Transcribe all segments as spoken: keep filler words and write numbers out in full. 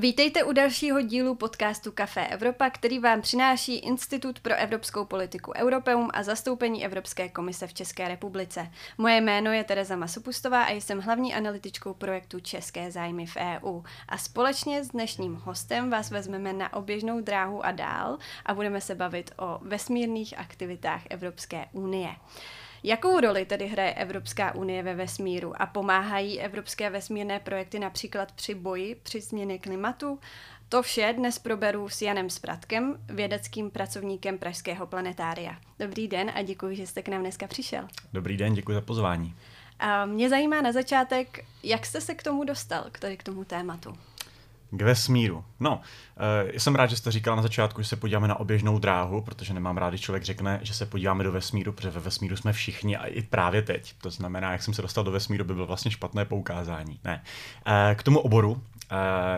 Vítejte u dalšího dílu podcastu Café Evropa, který vám přináší Institut pro evropskou politiku Europeum a zastoupení Evropské komise v České republice. Moje jméno je Tereza Masopustová a jsem hlavní analytičkou projektu České zájmy v E U. A společně s dnešním hostem vás vezmeme na oběžnou dráhu a dál a budeme se bavit o vesmírných aktivitách Evropské unie. Jakou roli tedy hraje Evropská unie ve vesmíru a pomáhají evropské vesmírné projekty například při boji při změně klimatu? To vše dnes proberu s Janem Spratkem, vědeckým pracovníkem Pražského planetária. Dobrý den a děkuji, že jste k nám dneska přišel. Dobrý den, děkuji za pozvání. A mě zajímá na začátek, jak jste se k tomu dostal, k tady k tomu tématu? K vesmíru. No, e, jsem rád, že jste říkal na začátku, že se podíváme na oběžnou dráhu, protože nemám rád, když člověk řekne, že se podíváme do vesmíru, protože ve vesmíru jsme všichni a i právě teď. To znamená, jak jsem se dostal do vesmíru, by bylo vlastně špatné poukázání. Ne. E, k tomu oboru. E,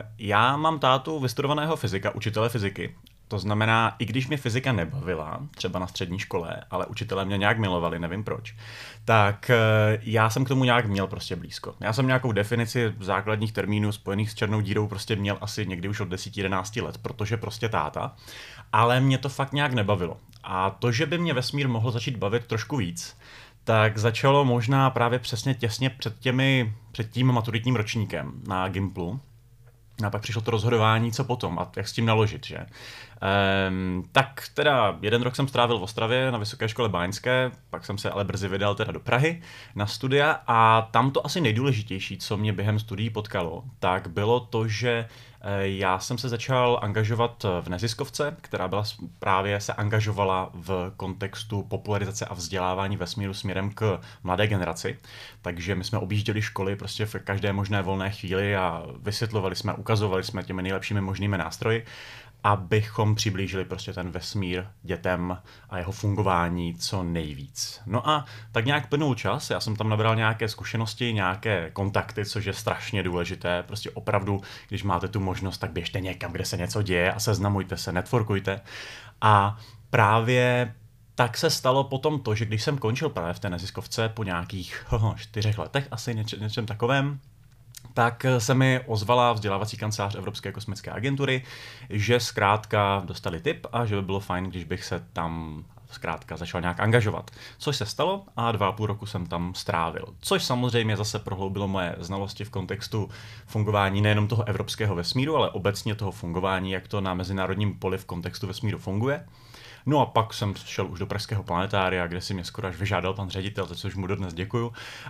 já mám tátu vystudovaného fyzika, učitele fyziky. To znamená, i když mě fyzika nebavila, třeba na střední škole, ale učitelé mě nějak milovali, nevím proč, tak já jsem k tomu nějak měl prostě blízko. Já jsem nějakou definici základních termínů spojených s černou dírou prostě měl asi někdy už od deset jedenáct let, protože prostě táta, ale mě to fakt nějak nebavilo. A to, že by mě vesmír mohl začít bavit trošku víc, tak začalo možná právě přesně těsně před, těmi, před tím maturitním ročníkem na Gimplu. A pak přišlo to rozhodování, co potom a jak s tím naložit, že? Ehm, tak teda jeden rok jsem strávil v Ostravě na Vysoké škole báňské, pak jsem se ale brzy vydal teda do Prahy na studia a tam to asi nejdůležitější, co mě během studií potkalo, tak bylo to, že já jsem se začal angažovat v neziskovce, která byla právě se angažovala v kontextu popularizace a vzdělávání vesmíru směrem k mladé generaci. Takže my jsme objížděli školy prostě v každé možné volné chvíli a vysvětlovali jsme, ukazovali jsme těmi nejlepšími možnými nástroji, abychom přiblížili prostě ten vesmír dětem a jeho fungování co nejvíc. No a tak nějak plynul čas, já jsem tam nabral nějaké zkušenosti, nějaké kontakty, což je strašně důležité. Prostě opravdu, když máte tu možnost, tak běžte někam, kde se něco děje a seznamujte se, networkujte. A právě tak se stalo potom to, že když jsem končil právě v té neziskovce po nějakých hoho, čtyřech letech, asi něč, něčem takovém, tak se mi ozvala vzdělávací kancelář Evropské kosmické agentury, že zkrátka dostali tip a že by bylo fajn, když bych se tam zkrátka začal nějak angažovat. Což se stalo a dva a půl roku jsem tam strávil. Což samozřejmě zase prohloubilo moje znalosti v kontextu fungování nejenom toho evropského vesmíru, ale obecně toho fungování, jak to na mezinárodním poli v kontextu vesmíru funguje. No a pak jsem šel už do Pražského planetária, kde si mě skoro až vyžádal pan ředitel, za což mu dodnes děkuju.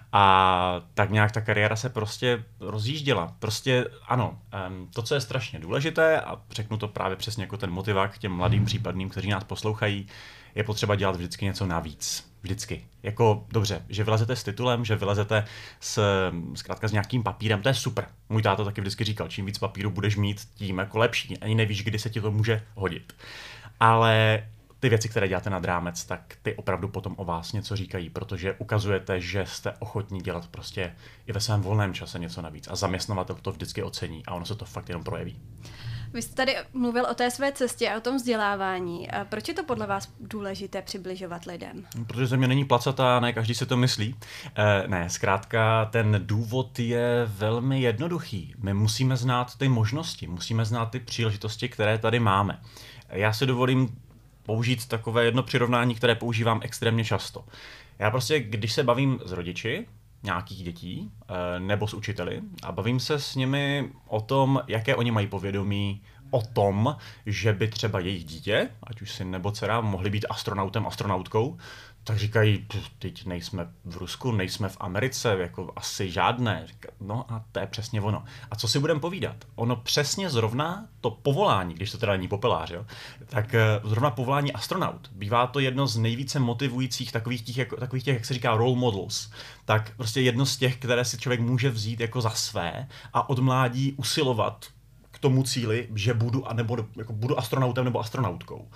A tak nějak ta kariéra se prostě rozjížděla. Prostě ano, to, co je strašně důležité, a řeknu to právě přesně jako ten motivák k těm mladým případným, kteří nás poslouchají, je potřeba dělat vždycky něco navíc. Vždycky. Jako dobře, že vylezete s titulem, že vylezete s, zkrátka s nějakým papírem, to je super. Můj táta taky vždycky říkal, čím víc papíru budeš mít, tím jako lepší. Ani nevíš, kdy se ti to může hodit. Ale ty věci, které děláte nad rámec, tak ty opravdu potom o vás něco říkají, protože ukazujete, že jste ochotní dělat prostě i ve svém volném čase něco navíc a zaměstnavatel to vždycky ocení a ono se to fakt jenom projeví. Vy jste tady mluvil o té své cestě a o tom vzdělávání. A proč je to podle vás důležité přibližovat lidem? Protože země není placatá, ne každý si to myslí. E, ne, zkrátka ten důvod je velmi jednoduchý. My musíme znát ty možnosti, musíme znát ty příležitosti, které tady máme. Já si dovolím použít takové jedno přirovnání, které používám extrémně často. Já prostě, když se bavím s rodiči nějakých dětí nebo s učiteli a bavím se s nimi o tom, jaké oni mají povědomí o tom, že by třeba jejich dítě, ať už syn nebo dcera, mohli být astronautem, astronautkou, tak říkají, teď nejsme v Rusku, nejsme v Americe, jako asi žádné. No a to je přesně ono. A co si budeme povídat? Ono přesně zrovna to povolání, když to teda není popelář, jo, tak zrovna povolání astronaut. Bývá to jedno z nejvíce motivujících takových těch, jako, takových těch, jak se říká, role models. Tak prostě jedno z těch, které si člověk může vzít jako za své a od mládí usilovat k tomu cíli, že budu, anebo, jako budu astronautem nebo astronautkou.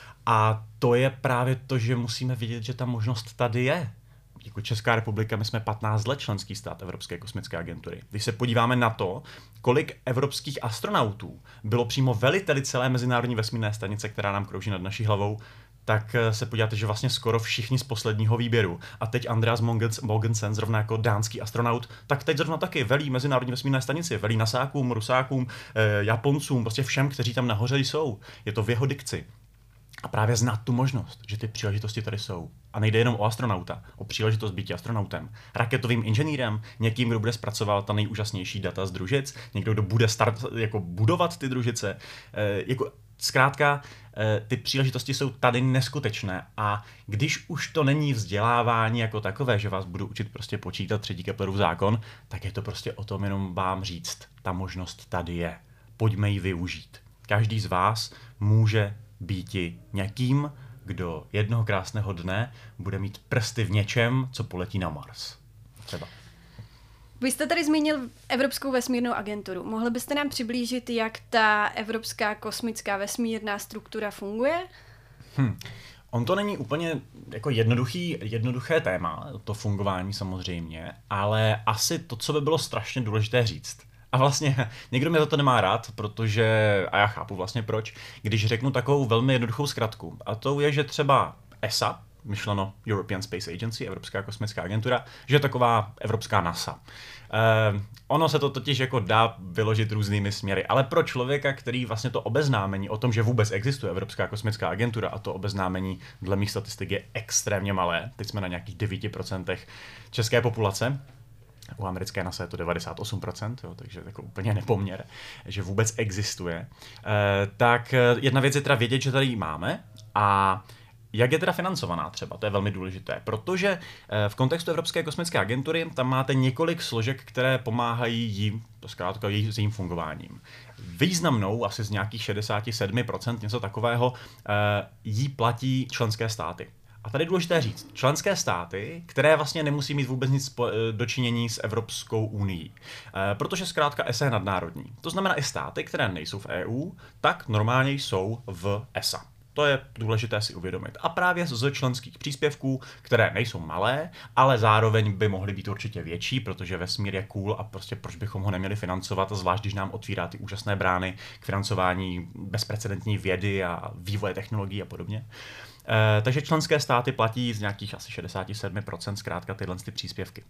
A to je právě to, že musíme vidět, že ta možnost tady je. Jako Česká republika, my jsme patnáct let členský stát Evropské kosmické agentury. Když se podíváme na to, kolik evropských astronautů bylo přímo veliteli celé mezinárodní vesmírné stanice, která nám krouží nad naší hlavou, tak se podíváte, že vlastně skoro všichni z posledního výběru. A teď Andreas Mogensen, zrovna jako dánský astronaut, tak teď zrovna taky velí Mezinárodní vesmírné stanici, velí Nasákům, Rusákům, eh, Japoncům, prostě všem, kteří tam nahoře jsou. Je to v jeho dikci. A právě znát tu možnost, že ty příležitosti tady jsou. A nejde jenom o astronauta, o příležitost být astronautem, raketovým inženýrem, někým, kdo bude zpracovat ta nejúžasnější data z družic, někdo, kdo bude start, jako budovat ty družice. E, jako, zkrátka, e, ty příležitosti jsou tady neskutečné. A když už to není vzdělávání jako takové, že vás budu učit prostě počítat třetí Keplerův zákon, tak je to prostě o tom jenom vám říct, ta možnost tady je. Pojďme ji využít. Každý z vás může býti někým, kdo jednoho krásného dne bude mít prsty v něčem, co poletí na Mars. Třeba. Vy jste tady zmínil Evropskou vesmírnou agenturu. Mohli byste nám přiblížit, jak ta Evropská kosmická vesmírná struktura funguje? Hm. On to není úplně jako jednoduchý, jednoduché téma, to fungování samozřejmě, ale asi to, co by bylo strašně důležité říct. A vlastně někdo mě za to nemá rád, protože, a já chápu vlastně proč, když řeknu takovou velmi jednoduchou zkratku. A to je, že třeba E S A, myšleno European Space Agency, Evropská kosmická agentura, že je taková evropská NASA. Eh, ono se to totiž jako dá vyložit různými směry, ale pro člověka, který vlastně to obeznámení o tom, že vůbec existuje Evropská kosmická agentura, a to obeznámení dle mých statistik je extrémně malé, teď jsme na nějakých devět procent české populace, u americké NASA je to devadesát osm procent, jo, takže jako úplně nepoměr, že vůbec existuje. E, tak jedna věc je teda vědět, že tady ji máme a jak je teda financovaná třeba, to je velmi důležité, protože v kontextu Evropské kosmické agentury tam máte několik složek, které pomáhají jim, zkrátka s jejím fungováním. Významnou, asi z nějakých šedesát sedm procent, něco takového, jí platí členské státy. A tady je důležité říct, členské státy, které vlastně nemusí mít vůbec nic dočinění s Evropskou unií, e, protože zkrátka E S A je nadnárodní. To znamená i státy, které nejsou v E U, tak normálně jsou v E S A. To je důležité si uvědomit. A právě z členských příspěvků, které nejsou malé, ale zároveň by mohly být určitě větší, protože vesmír je cool a prostě proč bychom ho neměli financovat, zvlášť když nám otvírá ty úžasné brány k financování bezprecedentní vědy a vývoje technologií a podobně. E, takže členské státy platí z nějakých asi šedesát sedm procent zkrátka tyhle ty příspěvky.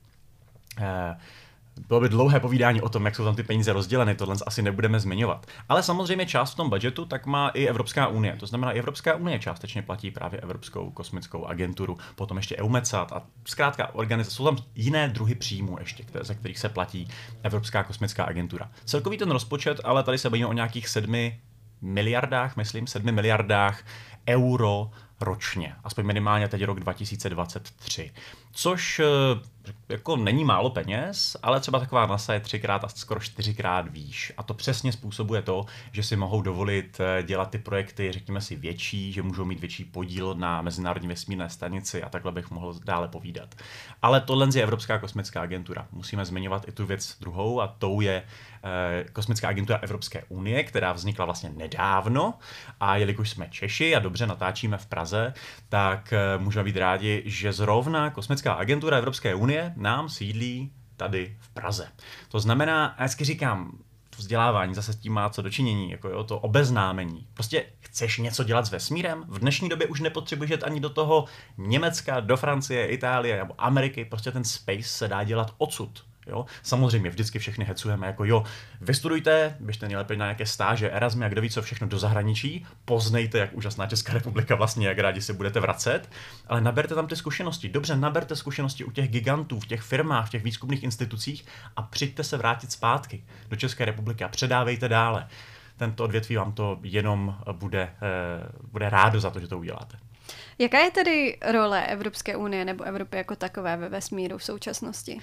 E, Bylo by dlouhé povídání o tom, jak jsou tam ty peníze rozděleny, tohle asi nebudeme zmiňovat. Ale samozřejmě část v tom budžetu tak má i Evropská unie. To znamená, i Evropská unie částečně platí právě Evropskou kosmickou agenturu, potom ještě EUMETSAT a zkrátka organizace. Jsou tam jiné druhy příjmů ještě, které, ze kterých se platí Evropská kosmická agentura. Celkový ten rozpočet, ale tady se bavíme o nějakých sedmi miliardách, myslím, sedmi miliardách euro ročně, aspoň minimálně teď rok dva tisíce dvacet tři, což jako není málo peněz, ale třeba taková NASA je třikrát a skoro čtyřikrát výš. A to přesně způsobuje to, že si mohou dovolit dělat ty projekty, řekněme si, větší, že můžou mít větší podíl na Mezinárodní vesmírné stanici a takhle bych mohl dále povídat. Ale tohle je Evropská kosmická agentura. Musíme zmiňovat i tu věc druhou a tou je eh, Kosmická agentura Evropské unie, která vznikla vlastně nedávno a jelikož jsme Češi a dobře natáčíme v Praze, tak eh, můžeme být rádi, že zrovna Kosmická agentura Evropské unie nám sídlí tady v Praze. To znamená, já vždycky říkám, to vzdělávání zase s tím má co dočinění, jako jo, to obeznámení. Prostě chceš něco dělat s vesmírem? V dnešní době už nepotřebuješ jet ani do toho Německa, do Francie, Itálie nebo Ameriky, prostě ten space se dá dělat odsud. Jo? Samozřejmě vždycky všechny hecujeme jako jo, vystudujte, běžte nejlépe na nějaké stáže, Erasmy a kdo ví co všechno do zahraničí, poznejte, jak úžasná Česká republika vlastně, jak rádi se budete vracet, ale naberte tam ty zkušenosti. Dobře, naberte zkušenosti u těch gigantů, v těch firmách, v těch výzkumných institucích a přijďte se vrátit zpátky do České republiky a předávejte dále. Tento odvětví vám to jenom bude, bude rádo za to, že to uděláte. Jaká je tedy role Evropské unie nebo Evropy jako takové ve vesmíru v současnosti?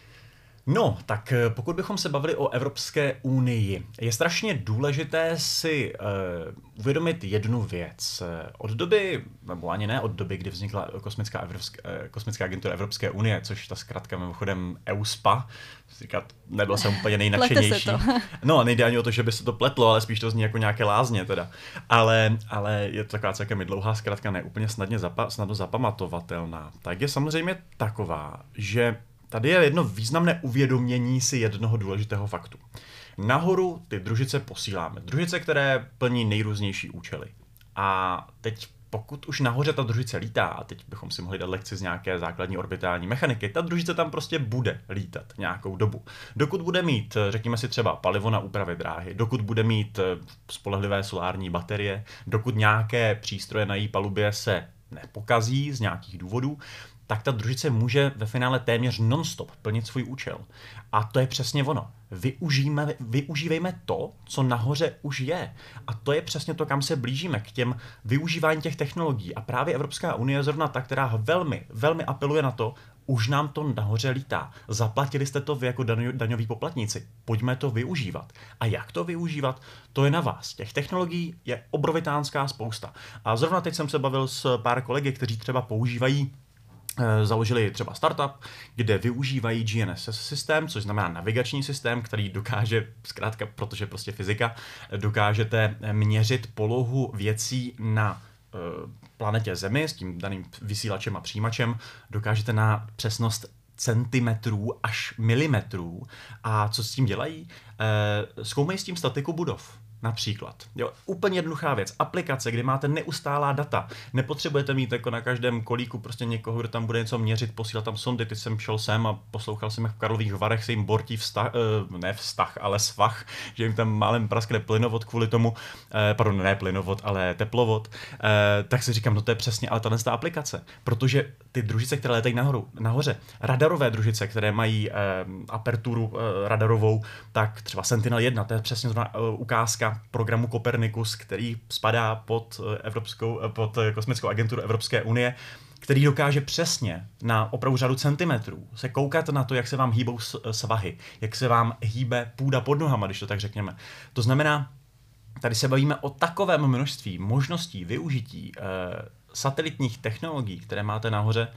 No, tak pokud bychom se bavili o Evropské unii, je strašně důležité si uh, uvědomit jednu věc. Od doby, nebo ani ne od doby, kdy vznikla kosmická, Evropská, kosmická agentura Evropské unie, což ta zkratka mimochodem EUSPA, říkat, nebyl jsem úplně nejnadšenější. No, nejde ani o to, že by se to pletlo, ale spíš to zní jako nějaké lázně teda. Ale, ale je to taková celkem dlouhá zkratka, ne úplně snadně zapa- snadno zapamatovatelná. Tak je samozřejmě taková, že tady je jedno významné uvědomění si jednoho důležitého faktu. Nahoru ty družice posíláme. Družice, které plní nejrůznější účely. A teď pokud už nahoře ta družice lítá, a teď bychom si mohli dát lekci z nějaké základní orbitální mechaniky, ta družice tam prostě bude lítat nějakou dobu. Dokud bude mít, řekněme si třeba palivo na úpravy dráhy, dokud bude mít spolehlivé solární baterie, dokud nějaké přístroje na její palubě se nepokazí z nějakých důvodů, tak ta družice může ve finále téměř non-stop plnit svůj účel. A to je přesně ono. Využijeme, využívejme to, co nahoře už je. A to je přesně to, kam se blížíme, k těm využívání těch technologií. A právě Evropská unie je zrovna ta, která velmi, velmi apeluje na to, už nám to nahoře lítá. Zaplatili jste to vy jako daňoví poplatníci. Pojďme to využívat. A jak to využívat, to je na vás. Těch technologií je obrovitánská spousta. A zrovna teď jsem se bavil s pár kolegy, kteří třeba používají založili třeba startup, kde využívají G N S S systém, což znamená navigační systém, který dokáže, zkrátka, protože prostě fyzika, dokážete měřit polohu věcí na planetě Zemi s tím daným vysílačem a přijímačem, dokážete na přesnost centimetrů až milimetrů. A co s tím dělají? Zkoumají s tím statiku budov. Například. Jo, úplně jednoduchá věc. Aplikace, kde máte neustálá data. Nepotřebujete mít jako na každém kolíku prostě někoho, kdo tam bude něco měřit, posílat tam sondy. Teď jsem šel sem a poslouchal jsem, jak v Karlových Varech se jim bortí vztah, ne vztah, ale svah, že jim tam málem praskne plynovod kvůli tomu, pardon, ne plynovod, ale teplovod. Tak si říkám, no to je přesně, ale tato aplikace. Protože ty družice, které letají nahoru, nahoře, radarové družice, které mají aperturu radarovou, tak třeba Sentinel jedna, to je přesně ukázka programu Copernicus, který spadá pod Evropskou, pod kosmickou agenturu Evropské unie, který dokáže přesně na opravdu řadu centimetrů se koukat na to, jak se vám hýbou svahy, jak se vám hýbe půda pod nohama, když to tak řekněme. To znamená, tady se bavíme o takovém množství možností využití eh, satelitních technologií, které máte nahoře,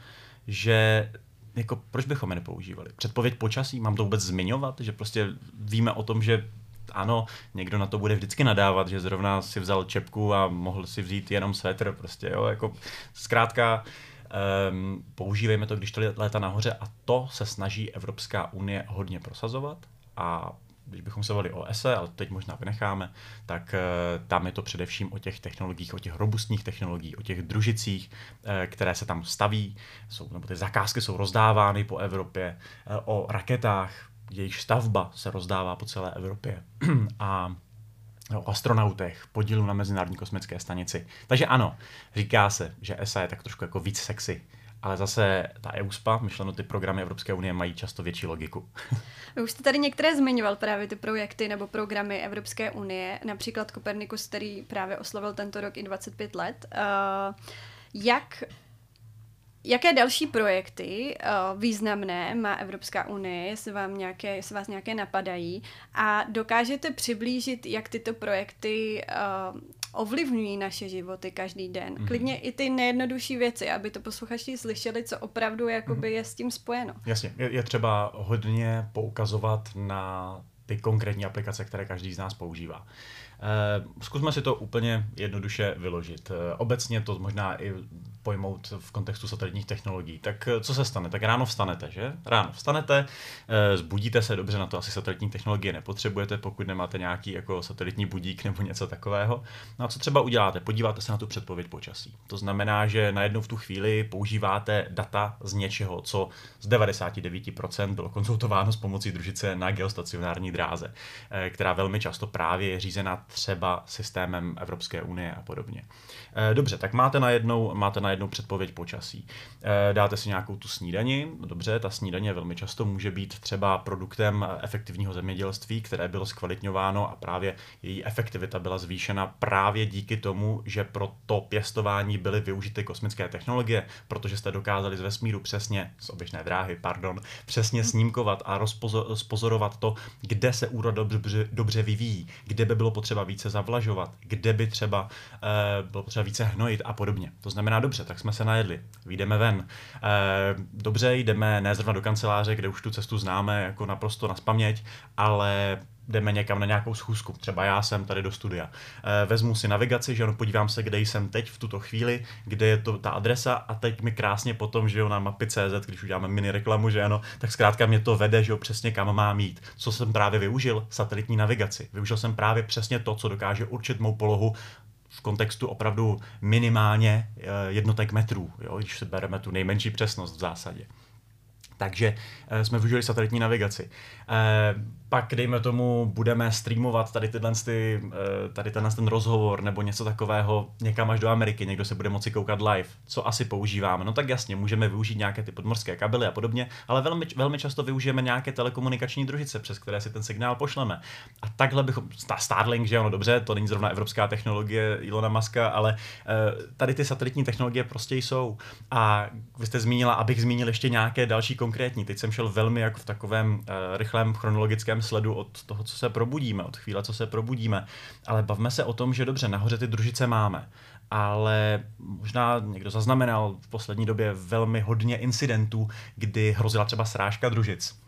že jako proč bychom je nepoužívali? Předpověď počasí, mám to vůbec zmiňovat, že prostě víme o tom, že ano, někdo na to bude vždycky nadávat, že zrovna si vzal čepku a mohl si vzít jenom svetr, prostě, jo, jako zkrátka um, používejme to, když to léta nahoře a to se snaží Evropská unie hodně prosazovat a když bychom se bavili o E S E, ale teď možná vynecháme, tak uh, tam je to především o těch technologiích, o těch robustních technologiích, o těch družicích, uh, které se tam staví, jsou, nebo ty zakázky jsou rozdávány po Evropě, uh, o raketách, jejich stavba se rozdává po celé Evropě a o astronautech, podílu na Mezinárodní kosmické stanici. Takže ano, říká se, že E S A je tak trošku jako víc sexy, ale zase ta E U S P A, myšleno ty programy Evropské unie, mají často větší logiku. Vy už jste tady některé zmiňoval právě ty projekty nebo programy Evropské unie, například Copernicus, který právě oslavil tento rok i dvacet pět let. Uh, jak Jaké další projekty uh, významné má Evropská unie, jestli, vám nějaké, jestli vás nějaké napadají a dokážete přiblížit, jak tyto projekty uh, ovlivňují naše životy každý den. Mm-hmm. Klidně i ty nejjednodušší věci, aby to posluchači slyšeli, co opravdu jakoby mm-hmm. je s tím spojeno. Jasně, je, je třeba hodně poukazovat na ty konkrétní aplikace, které každý z nás používá. Uh, zkusme si to úplně jednoduše vyložit. Uh, obecně to možná i pojmout v kontextu satelitních technologií. Tak co se stane? Tak ráno vstanete, že? Ráno vstanete, uh, zbudíte se, dobře, na to asi satelitní technologie nepotřebujete, pokud nemáte nějaký jako satelitní budík nebo něco takového. No a co třeba uděláte? Podíváte se na tu předpověď počasí. To znamená, že najednou v tu chvíli používáte data z něčeho, co z devadesát devět procent bylo konzultováno s pomocí družice na geostacionární dráze, uh, která velmi často právě je řízená třeba systémem Evropské unie a podobně. Dobře, tak máte najednou, máte najednou předpověď počasí. Dáte si nějakou tu snídani, dobře, ta snídaně velmi často může být třeba produktem efektivního zemědělství, které bylo zkvalitňováno a právě její efektivita byla zvýšena právě díky tomu, že pro to pěstování byly využity kosmické technologie, protože jste dokázali z vesmíru přesně, z oběžné dráhy, pardon, přesně snímkovat a rozpozorovat to, kde se úroda dobře, dobře vyvíjí, kde by bylo potřeba více zavlažovat, kde by třeba e, bylo potřeba více hnojit a podobně. To znamená, dobře, tak jsme se najedli, vyjdeme ven. E, dobře, jdeme ne zrovna do kanceláře, kde už tu cestu známe jako naprosto nazpaměť, ale jdeme někam na nějakou schůzku. Třeba já jsem tady do studia. E, vezmu si navigaci, že ano, podívám se, kde jsem teď v tuto chvíli, kde je to ta adresa a teď mi krásně potom, že jo, na mapy tečka cé zet, když uděláme mini reklamu, že ano, tak zkrátka mě to vede, že jo, přesně kam mám jít. Co jsem právě využil? Satelitní navigaci. Využil jsem právě přesně to, co dokáže určit mou polohu v kontextu opravdu minimálně jednotek metrů, jo, když se bereme tu nejmenší přesnost v zásadě. Takže e, jsme využili satelitní navigaci. E, pak, dejme tomu, budeme streamovat tady, tyhle, ty, e, tady tenhle ten rozhovor nebo něco takového někam až do Ameriky, někdo se bude moci koukat live. Co asi používáme? No tak jasně, můžeme využít nějaké ty podmořské kabely a podobně, ale velmi, velmi často využijeme nějaké telekomunikační družice, přes které si ten signál pošleme. A takhle bychom, Starlink, že ano, dobře, to není zrovna evropská technologie Elona Muska, ale e, tady ty satelitní technologie prostě jsou. A vy jste zmínila, abych zmínil ještě nějaké další konkrétní. Teď jsem šel velmi jako v takovém uh, rychlém chronologickém sledu od toho, co se probudíme, od chvíle, co se probudíme. Ale bavme se o tom, že dobře, nahoře ty družice máme. Ale možná někdo zaznamenal v poslední době velmi hodně incidentů, kdy hrozila třeba srážka družic.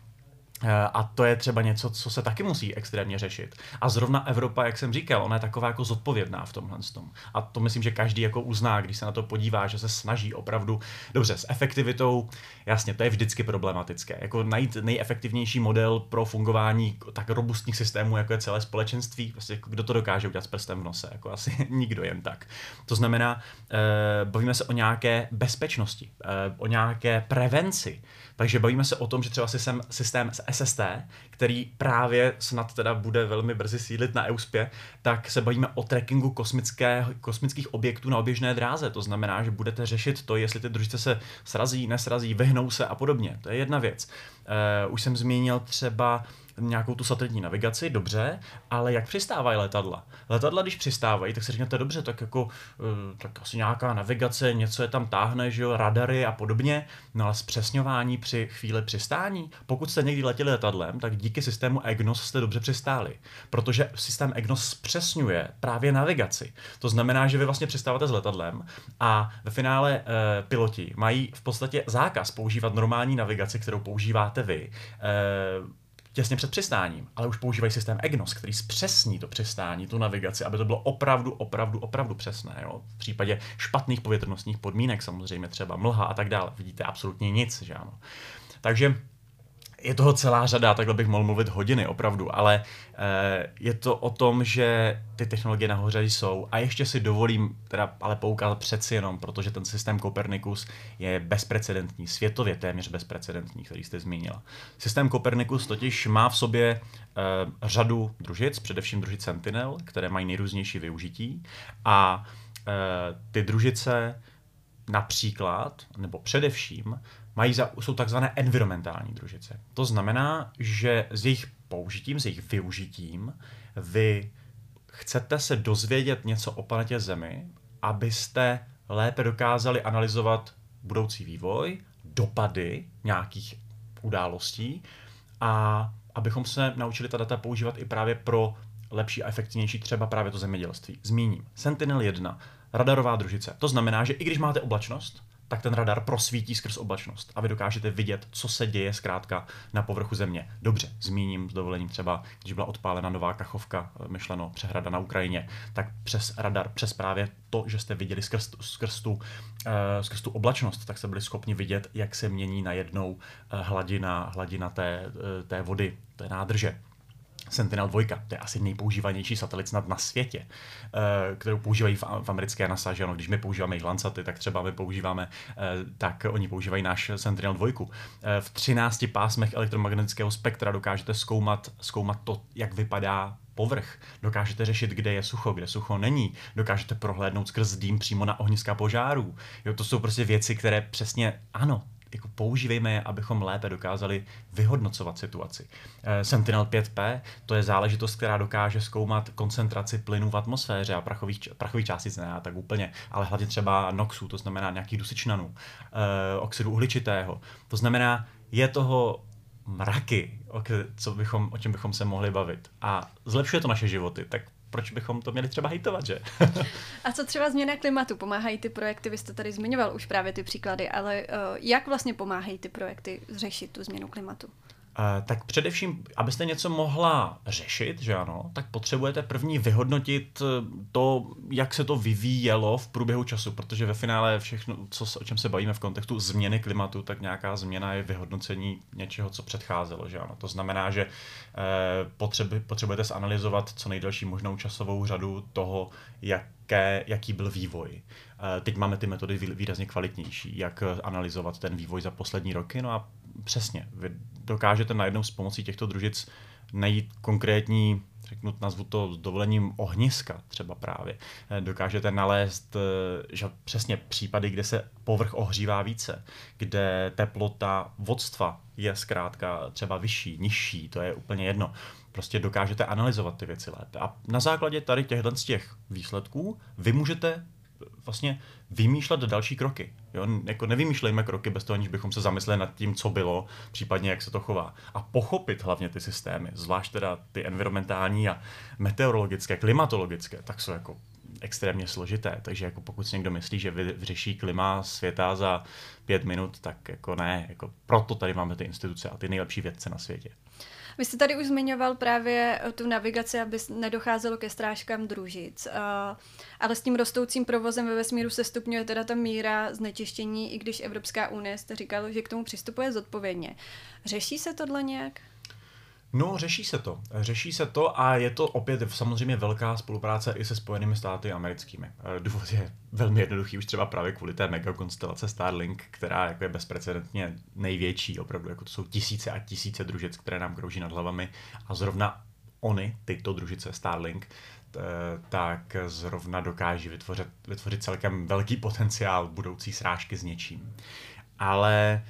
A to je třeba něco, co se taky musí extrémně řešit. A zrovna Evropa, jak jsem říkal, ona je taková jako zodpovědná v tomhle tom. A to myslím, že každý jako uzná, když se na to podívá, že se snaží opravdu dobře s efektivitou. Jasně, to je vždycky problematické. Jako najít nejefektivnější model pro fungování tak robustních systémů, jako je celé společenství. Prostě kdo to dokáže udělat s prstem v nose? Jako asi nikdo jen tak. To znamená, eh, bavíme se o nějaké bezpečnosti, eh, o nějaké prevenci. Takže bavíme se o tom, že třeba systém, systém S S T, který právě snad teda bude velmi brzy sídlit na EUSPě, tak se bavíme o trackingu kosmické, kosmických objektů na oběžné dráze. To znamená, že budete řešit to, jestli ty družice se srazí, nesrazí, vyhnou se a podobně. To je jedna věc. Uh, už jsem zmínil třeba nějakou tu satelitní navigaci, dobře, ale jak přistávají letadla? Letadla, když přistávají, tak si řeknete, dobře, tak jako, tak asi nějaká navigace, něco je tam táhne, že jo, radary a podobně, no ale zpřesňování při chvíli přistání. Pokud jste někdy letěli letadlem, tak díky systému EGNOS jste dobře přistáli, protože systém EGNOS zpřesňuje právě navigaci. To znamená, že vy vlastně přistáváte s letadlem a ve finále e, piloti mají v podstatě zákaz používat normální navigaci, kterou používáte vy, e, těsně před přistáním, ale už používají systém EGNOS, který zpřesní to přistání, tu navigaci, aby to bylo opravdu, opravdu, opravdu přesné. Jo? V případě špatných povětrnostních podmínek, samozřejmě třeba mlha a tak dále, vidíte absolutně nic, že ano. Takže je toho celá řada, takhle bych mohl mluvit hodiny, opravdu, ale e, je to o tom, že ty technologie nahoře jsou a ještě si dovolím teda ale poukázat přeci jenom, protože ten systém Copernicus je bezprecedentní, světově téměř bezprecedentní, který jste zmínila. Systém Copernicus totiž má v sobě e, řadu družic, především družic Sentinel, které mají nejrůznější využití a e, ty družice například, nebo především, mají za, jsou takzvané environmentální družice. To znamená, že s jejich použitím, s jejich využitím vy chcete se dozvědět něco o planetě Zemi, abyste lépe dokázali analyzovat budoucí vývoj, dopady nějakých událostí a abychom se naučili ta data používat i právě pro lepší a efektivnější třeba právě to zemědělství. Zmíním. Sentinel jedna, radarová družice. To znamená, že i když máte oblačnost, tak ten radar prosvítí skrz oblačnost a vy dokážete vidět, co se děje zkrátka na povrchu země. Dobře, zmíním s dovolením třeba, když byla odpálena nová Kachovka, myšleno přehrada na Ukrajině, tak přes radar, přes právě to, že jste viděli skrz, skrz, tu, uh, skrz tu oblačnost, tak jste byli schopni vidět, jak se mění najednou uh, hladina, hladina té, uh, té vody, té nádrže. Sentinel dva, to je asi nejpoužívanější satelit snad na světě, kterou používají v americké NASA, že ano, když my používáme jejich Landsaty, tak třeba my používáme, tak oni používají náš Sentinel dva. V třinácti pásmech elektromagnetického spektra dokážete zkoumat, zkoumat to, jak vypadá povrch. Dokážete řešit, kde je sucho, kde sucho není. Dokážete prohlédnout skrz dým přímo na ohniska požárů. Jo, to jsou prostě věci, které přesně, ano, jako používejme je, abychom lépe dokázali vyhodnocovat situaci. Sentinel pět P, to je záležitost, která dokáže zkoumat koncentraci plynů v atmosféře a prachových, prachových částic, ne tak úplně, ale hlavně třeba NOxů, to znamená nějakých dusičnanů, oxidu uhličitého. To znamená, je toho mraky, o, co bychom, o čem bychom se mohli bavit. A zlepšuje to naše životy, tak proč bychom to měli třeba hejtovat, že? A co třeba změna klimatu? Pomáhají ty projekty, vy jste tady zmiňoval už právě ty příklady, ale uh, jak vlastně pomáhají ty projekty řešit tu změnu klimatu? tak především, abyste něco mohla řešit, že ano, tak potřebujete první vyhodnotit to, jak se to vyvíjelo v průběhu času, protože ve finále všechno, co, o čem se bavíme v kontextu změny klimatu, tak nějaká změna je vyhodnocení něčeho, co předcházelo, že ano. To znamená, že potřeby, potřebujete zanalyzovat co nejdelší možnou časovou řadu toho, jaké, jaký byl vývoj. Teď máme ty metody výrazně kvalitnější, jak analyzovat ten vývoj za poslední roky, no a přesně, vy dokážete najednou s pomocí těchto družic najít konkrétní, řeknu, nazvu to s dovolením ohniska třeba právě. Dokážete nalézt že přesně případy, kde se povrch ohřívá více, kde teplota vodstva je zkrátka třeba vyšší, nižší, to je úplně jedno. Prostě dokážete analyzovat ty věci lépe. A na základě tady těchto z těch výsledků vy můžete vlastně vymýšlet další kroky. Jo? Jako nevymýšlejme kroky bez toho, aniž bychom se zamysleli nad tím, co bylo, případně jak se to chová. A pochopit hlavně ty systémy, zvlášť teda ty environmentální a meteorologické, klimatologické, tak jsou jako extrémně složité. Takže jako pokud si někdo myslí, že vyřeší klima světa za pět minut, tak jako ne. Jako proto tady máme ty instituce a ty nejlepší vědce na světě. Vy jste tady už zmiňoval právě tu navigaci, aby nedocházelo ke strážkám družic. Ale s tím rostoucím provozem ve vesmíru se stupňuje teda ta míra znečištění, i když Evropská unie, jste říkal, že k tomu přistupuje zodpovědně. Řeší se tohle nějak? No, řeší se to. Řeší se to a je to opět samozřejmě velká spolupráce i se Spojenými státy americkými. Důvod je velmi jednoduchý, už třeba právě kvůli té megakonstelace Starlink, která jako je bezprecedentně největší, opravdu jako to jsou tisíce a tisíce družic, které nám krouží nad hlavami a zrovna oni, tyto družice Starlink, tak zrovna dokáží vytvořit, vytvořit celkem velký potenciál budoucí srážky s něčím. Ale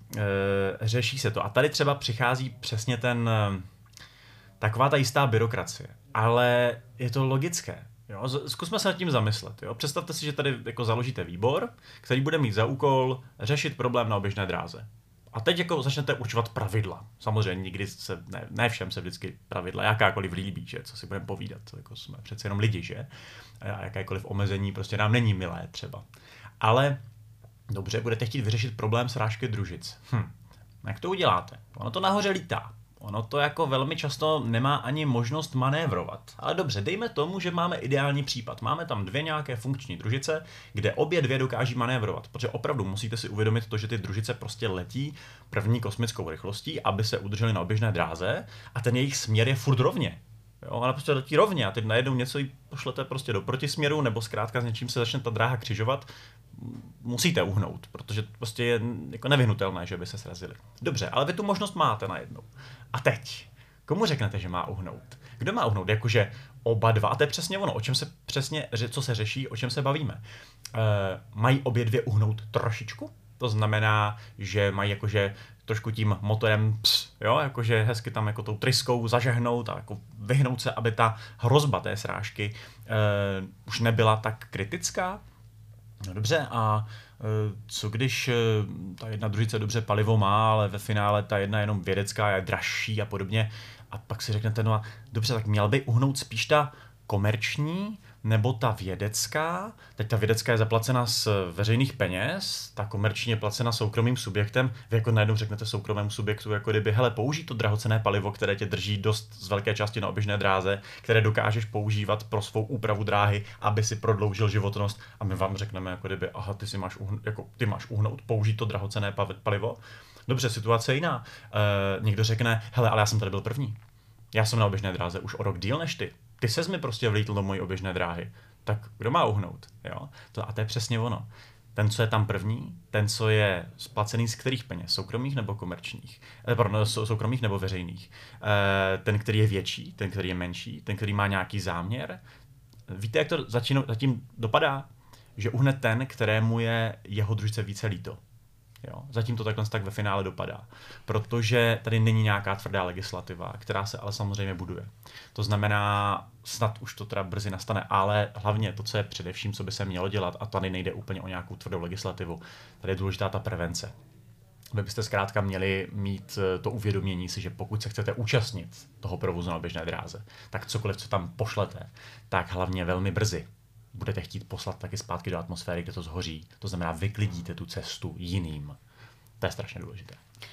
E, řeší se to. A tady třeba přichází přesně ten taková ta jistá byrokracie. Ale je to logické. Jo? Zkusme se nad tím zamyslet. Jo? Představte si, že tady jako založíte výbor, který bude mít za úkol řešit problém na oběžné dráze. A teď jako začnete určovat pravidla. Samozřejmě nikdy se, ne, ne všem se vždycky pravidla jakákoliv líbí, že? Co si budeme povídat. Jako jsme přece jenom lidi, že? A jakékoliv omezení prostě nám není milé třeba. Ale dobře, budete chtít vyřešit problém srážky družic. Hm. Jak to uděláte? Ono to nahoře lítá. Ono to jako velmi často nemá ani možnost manévrovat. Ale dobře, dejme tomu, že máme ideální případ. Máme tam dvě nějaké funkční družice, kde obě dvě dokáží manévrovat. Protože opravdu musíte si uvědomit to, že ty družice prostě letí první kosmickou rychlostí, aby se udržely na oběžné dráze a ten jejich směr je furt rovně. Jo, ona prostě letí rovně a teď najednou něco jí pošlete prostě do protisměru nebo zkrátka s něčím se začne ta dráha křižovat, musíte uhnout, protože prostě je jako nevyhnutelné, že by se srazili. Dobře, ale vy tu možnost máte najednou. A teď, komu řeknete, že má uhnout? Kdo má uhnout? Jakože oba dva, a to je přesně ono, o čem se přesně, co se řeší, o čem se bavíme. E, mají obě dvě uhnout trošičku? To znamená, že mají jakože trošku tím motorem ps, jo, jakože hezky tam jako tou tryskou zažehnout a jako vyhnout se, aby ta hrozba té srážky e, už nebyla tak kritická. No dobře, a e, co když e, ta jedna družice dobře palivo má, ale ve finále ta jedna jenom vědecká je dražší a podobně. A pak si řeknete, no a dobře, tak měl by uhnout spíš ta komerční nebo ta vědecká. Teď ta vědecká je zaplacena z veřejných peněz, ta komerční je placena soukromým subjektem. Vy jako najednou řeknete soukromému subjektu, jako kdyby, hele, použij to drahocenné palivo, které tě drží dost z velké části na oběžné dráze, které dokážeš používat pro svou úpravu dráhy, aby si prodloužil životnost. A my vám řekneme, jako kdyby, aha, ty si máš uhnout, jako ty máš uhnout, použij to drahocenné palivo. Dobře, situace je jiná. E, někdo řekne, hele, ale já jsem tady byl první. Já jsem na oběžné dráze už o rok díl než ty. Ty ses mi prostě vlítl do mojí oběžné dráhy. Tak kdo má uhnout? Jo? To, a to je přesně ono. Ten, co je tam první, ten, co je splacený z kterých peněz? Soukromých nebo komerčních? Eh, pardon, soukromých nebo veřejných? Eh, ten, který je větší, ten, který je menší, ten, který má nějaký záměr. Víte, jak to začínou, zatím dopadá? Že uhne ten, kterému je jeho družice více líto. Jo? Zatím to takhle tak ve finále dopadá. Protože tady není nějaká tvrdá legislativa, která se ale samozřejmě buduje. To znamená, snad už to teda brzy nastane, ale hlavně to, co je především, co by se mělo dělat, a tady nejde úplně o nějakou tvrdou legislativu, tady je důležitá ta prevence. Vy byste zkrátka měli mít to uvědomění si, že pokud se chcete účastnit toho provozu na běžné dráze, tak cokoliv, co tam pošlete, tak hlavně velmi brzy budete chtít poslat taky zpátky do atmosféry, kde to zhoří. To znamená, vyklidíte tu cestu jiným. To je strašně důležité.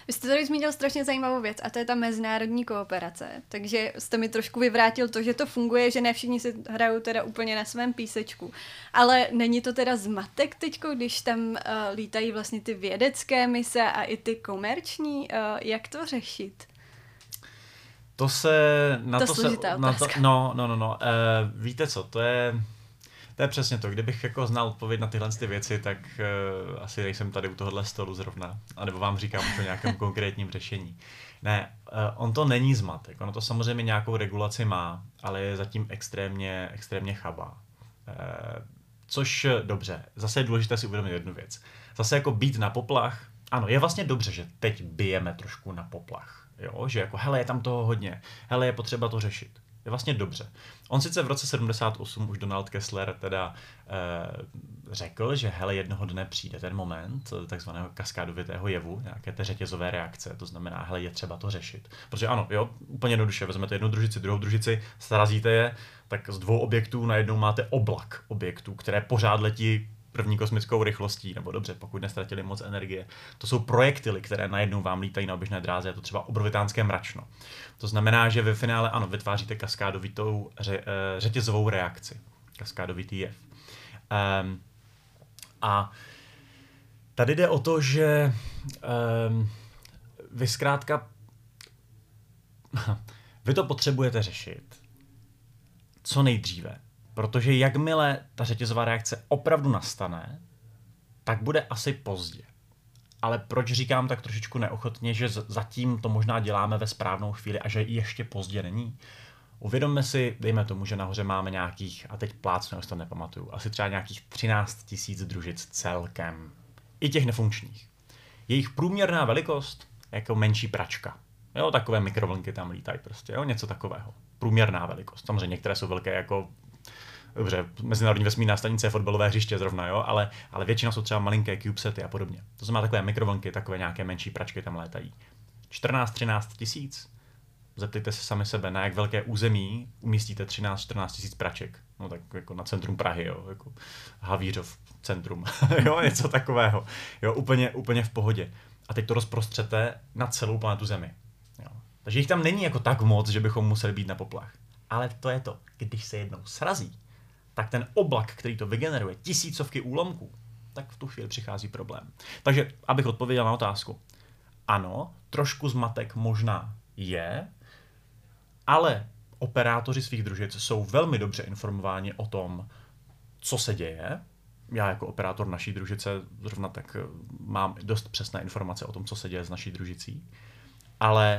Vy jste tady zmínil strašně zajímavou věc a to je ta mezinárodní kooperace. Takže jste mi trošku vyvrátil to, že to funguje, že ne všichni si hrajou teda úplně na svém písečku. Ale není to teda zmatek teďko, když tam uh, lítají vlastně ty vědecké mise a i ty komerční? Uh, jak to řešit? To se... Na to to složitá se, na to, otázka. no, no, no, no. Uh, víte co, to je... To je přesně to. Kdybych jako znal odpověď na tyhle ty věci, tak uh, asi nejsem tady u tohohle stolu zrovna. A nebo vám říkám o nějakém konkrétním řešení. Ne, uh, on to není zmatek. Ono to samozřejmě nějakou regulaci má, ale je zatím extrémně, extrémně chabá. Uh, což dobře. Zase je důležité si uvědomit jednu věc. Zase jako být na poplach. Ano, je vlastně dobře, že teď bijeme trošku na poplach. Jo, že jako hele, je tam toho hodně. Hele, je potřeba to řešit. Je vlastně dobře. On sice v roce sedmdesát osm už Donald Kessler teda eh, řekl, že hele, jednoho dne přijde ten moment takzvaného kaskádovitého jevu, nějaké té řetězové reakce, to znamená, hele, je třeba to řešit. Protože ano, jo, úplně jednoduše, vezmete jednu družici, druhou družici, srazíte je, tak z dvou objektů najednou máte oblak objektů, které pořád letí první kosmickou rychlostí, nebo dobře, pokud nestratili moc energie. To jsou projektily, které najednou vám lítají na oběžné dráze, je to třeba obrovitánské mračno. To znamená, že ve finále ano, vytváříte kaskádovitou ře, řetězovou reakci. Kaskádovitý jev. Um, a tady jde o to, že um, vy zkrátka vy to potřebujete řešit co nejdříve. Protože jakmile ta řetězová reakce opravdu nastane, tak bude asi pozdě. Ale proč říkám tak trošičku neochotně, že zatím to možná děláme ve správnou chvíli a že ještě pozdě není? Uvědomme si, dejme tomu, že nahoře máme nějakých, a teď plácnu, už to nepamatuju, asi třeba nějakých třináct tisíc družic celkem. I těch nefunkčních. Jejich průměrná velikost je jako menší pračka. Jo, takové mikrovlnky tam lítají prostě, jo, něco takového. Průměrná velikost. Samozřejmě některé jsou velké jako dobře, mezinárodní vesmírná stanice, fotbalové hřiště zrovna, jo, ale, ale většina jsou třeba malinké CubeSaty a podobně. To znamená takové mikrovlnky, takové nějaké menší pračky tam létají. čtrnáct třináct tisíc. Zeptejte se sami sebe, na jak velké území umístíte třináct čtrnáct tisíc praček. No tak jako na centrum Prahy, jo, jako Havířov centrum, jo, něco takového. Jo, úplně, úplně v pohodě. A teď to rozprostřete na celou planetu Zemi. Jo. Takže jich tam není jako tak moc, že bychom museli být na poplach. Ale to je to, když se jednou srazí, tak ten oblak, který to vygeneruje, tisícovky úlomků, tak v tu chvíli přichází problém. Takže, abych odpověděl na otázku. Ano, trošku zmatek možná je, ale operátoři svých družic jsou velmi dobře informováni o tom, co se děje. Já jako operátor naší družice zrovna tak mám dost přesné informace o tom, co se děje s naší družicí. Ale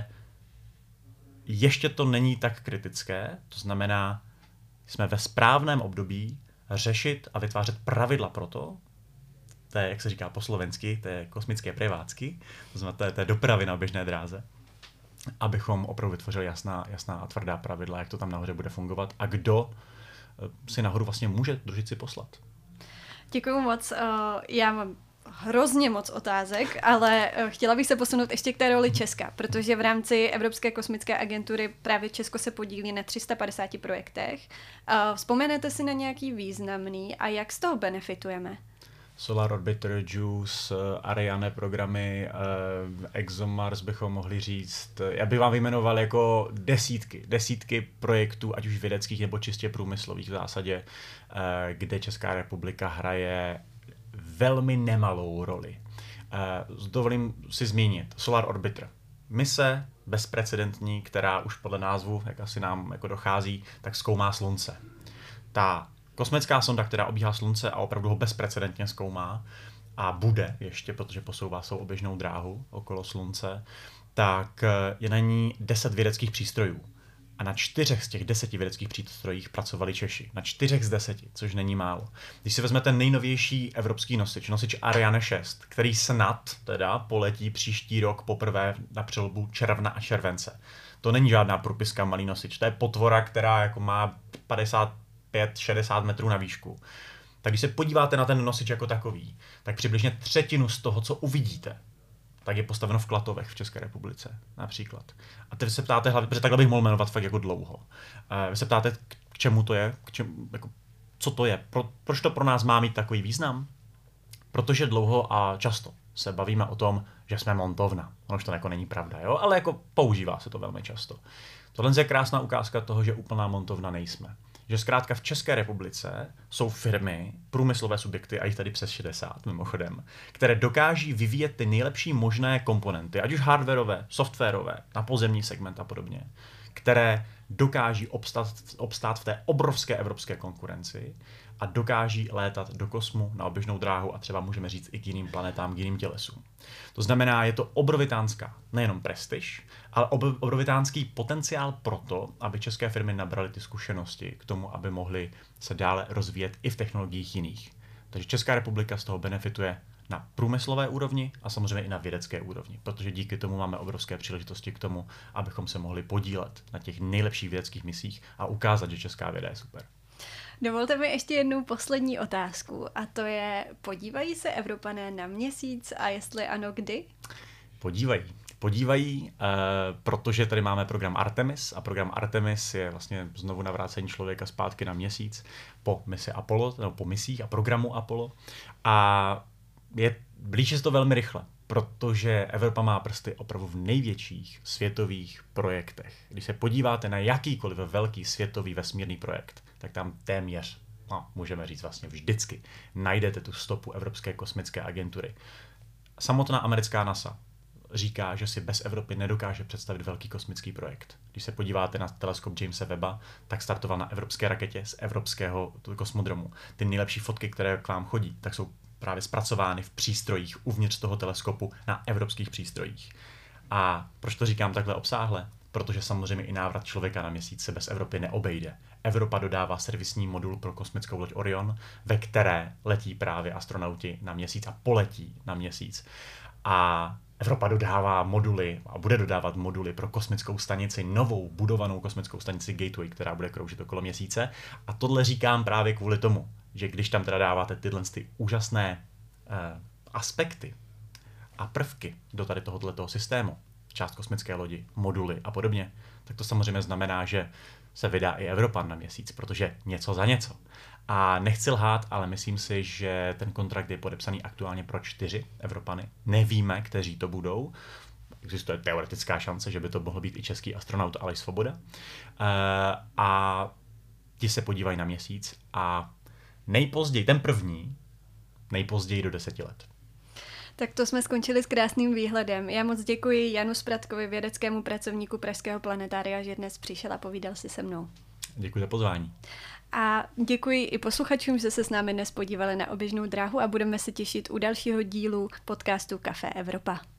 ještě to není tak kritické, to znamená, jsme ve správném období řešit a vytvářet pravidla pro to, to je, jak se říká po slovensky, to je kosmické prevádzky, to znamená, to je, to je dopravy na oběžné dráze, abychom opravdu vytvořili jasná, jasná a tvrdá pravidla, jak to tam nahoře bude fungovat a kdo si nahoru vlastně může družici poslat. Děkuju moc. Já mám hrozně moc otázek, ale chtěla bych se posunout ještě k té roli Česka, protože v rámci Evropské kosmické agentury právě Česko se podílí na tři sta padesáti projektech. Vzpomenete si na nějaký významný a jak z toho benefitujeme? Solar Orbiter, JUICE, Ariane programy, ExoMars bychom mohli říct. Já bych vám vyjmenoval jako desítky, desítky projektů, ať už vědeckých nebo čistě průmyslových v zásadě, kde Česká republika hraje velmi nemalou roli. Dovolím si zmínit Solar Orbiter. Mise bezprecedentní, která už podle názvu, jak asi nám jako dochází, tak zkoumá Slunce. Ta kosmická sonda, která obíhá Slunce a opravdu ho bezprecedentně zkoumá a bude ještě, protože posouvá svou oběžnou dráhu okolo Slunce, tak je na ní deset vědeckých přístrojů. A na čtyřech z těch deseti vědeckých přístrojích pracovali Češi. Na čtyřech z deseti, což není málo. Když si vezmete nejnovější evropský nosič, nosič Ariane šest, který snad teda poletí příští rok poprvé na přelobu června a července. To není žádná průpiska malý nosič, to je potvora, která jako má padesát pět šedesát metrů na výšku. Tak když se podíváte na ten nosič jako takový, tak přibližně třetinu z toho, co uvidíte, tak je postaveno v Klatovech v České republice, například. A teď se ptáte hlavně, protože takhle bych mohl jmenovat fakt jako dlouho. Vy se ptáte, k čemu to je, k čemu, jako, co to je, pro, proč to pro nás má mít takový význam? Protože dlouho a často se bavíme o tom, že jsme montovna. Ono už to jako není pravda, jo? Ale jako používá se to velmi často. Tohle je krásná ukázka toho, že úplná montovna nejsme. Že zkrátka v České republice jsou firmy, průmyslové subjekty, a jich tady přes šedesát mimochodem, které dokáží vyvíjet ty nejlepší možné komponenty, ať už hardwareové, softwarové, na pozemní segment a podobně, které dokáží obstát, obstát v té obrovské evropské konkurenci a dokáží létat do kosmu na oběžnou dráhu a třeba můžeme říct i k jiným planetám, k jiným tělesům. To znamená, je to obrovitánská nejenom prestiž, ale ob- obrovitánský potenciál pro to, aby české firmy nabraly ty zkušenosti k tomu, aby mohly se dále rozvíjet i v technologiích jiných. Takže Česká republika z toho benefituje na průmyslové úrovni a samozřejmě i na vědecké úrovni, protože díky tomu máme obrovské příležitosti k tomu, abychom se mohli podílet na těch nejlepších vědeckých misích a ukázat, že česká věda je super. Dovolte mi ještě jednu poslední otázku a to je, podívají se Evropané na Měsíc a jestli ano, kdy? Podívají. Podívají, eh, protože tady máme program Artemis a program Artemis je vlastně znovu navrácení člověka zpátky na Měsíc po misi Apollo, nebo po misích a programu Apollo a je, blíží se to velmi rychle, protože Evropa má prsty opravdu v největších světových projektech. Když se podíváte na jakýkoliv velký světový vesmírný projekt, tak tam téměř, no, můžeme říct vlastně vždycky, najdete tu stopu Evropské kosmické agentury. Samotná americká NASA říká, že si bez Evropy nedokáže představit velký kosmický projekt. Když se podíváte na teleskop Jamesa Webba, tak startoval na evropské raketě z evropského kosmodromu. Ty nejlepší fotky, které k vám chodí, tak jsou právě zpracovány v přístrojích uvnitř toho teleskopu na evropských přístrojích. A proč to říkám takhle obsáhle? Protože samozřejmě i návrat člověka na Měsíc se bez Evropy neobejde. Evropa dodává servisní modul pro kosmickou loď Orion, ve které letí právě astronauti na Měsíc a poletí na Měsíc. A Evropa dodává moduly a bude dodávat moduly pro kosmickou stanici, novou budovanou kosmickou stanici Gateway, která bude kroužit okolo Měsíce. A tohle říkám právě kvůli tomu, že když tam teda dáváte tyhle ty úžasné eh, aspekty a prvky do tady tohoto systému, část kosmické lodi, moduly a podobně, tak to samozřejmě znamená, že se vydá i Evropan na Měsíc, protože něco za něco. A nechci lhát, ale myslím si, že ten kontrakt je podepsaný aktuálně pro čtyři Evropany. Nevíme, kteří to budou. Existuje teoretická šance, že by to mohl být i český astronaut Aleš Svoboda. Uh, a ti se podívají na Měsíc a nejpozději, ten první, nejpozději do deseti let. Tak to jsme skončili s krásným výhledem. Já moc děkuji Janu Spratkovi, vědeckému pracovníku Pražského planetária, že dnes přišel a povídal si se mnou. Děkuji za pozvání. A děkuji i posluchačům, že se s námi dnes podívali na oběžnou dráhu a budeme se těšit u dalšího dílu podcastu Café Evropa.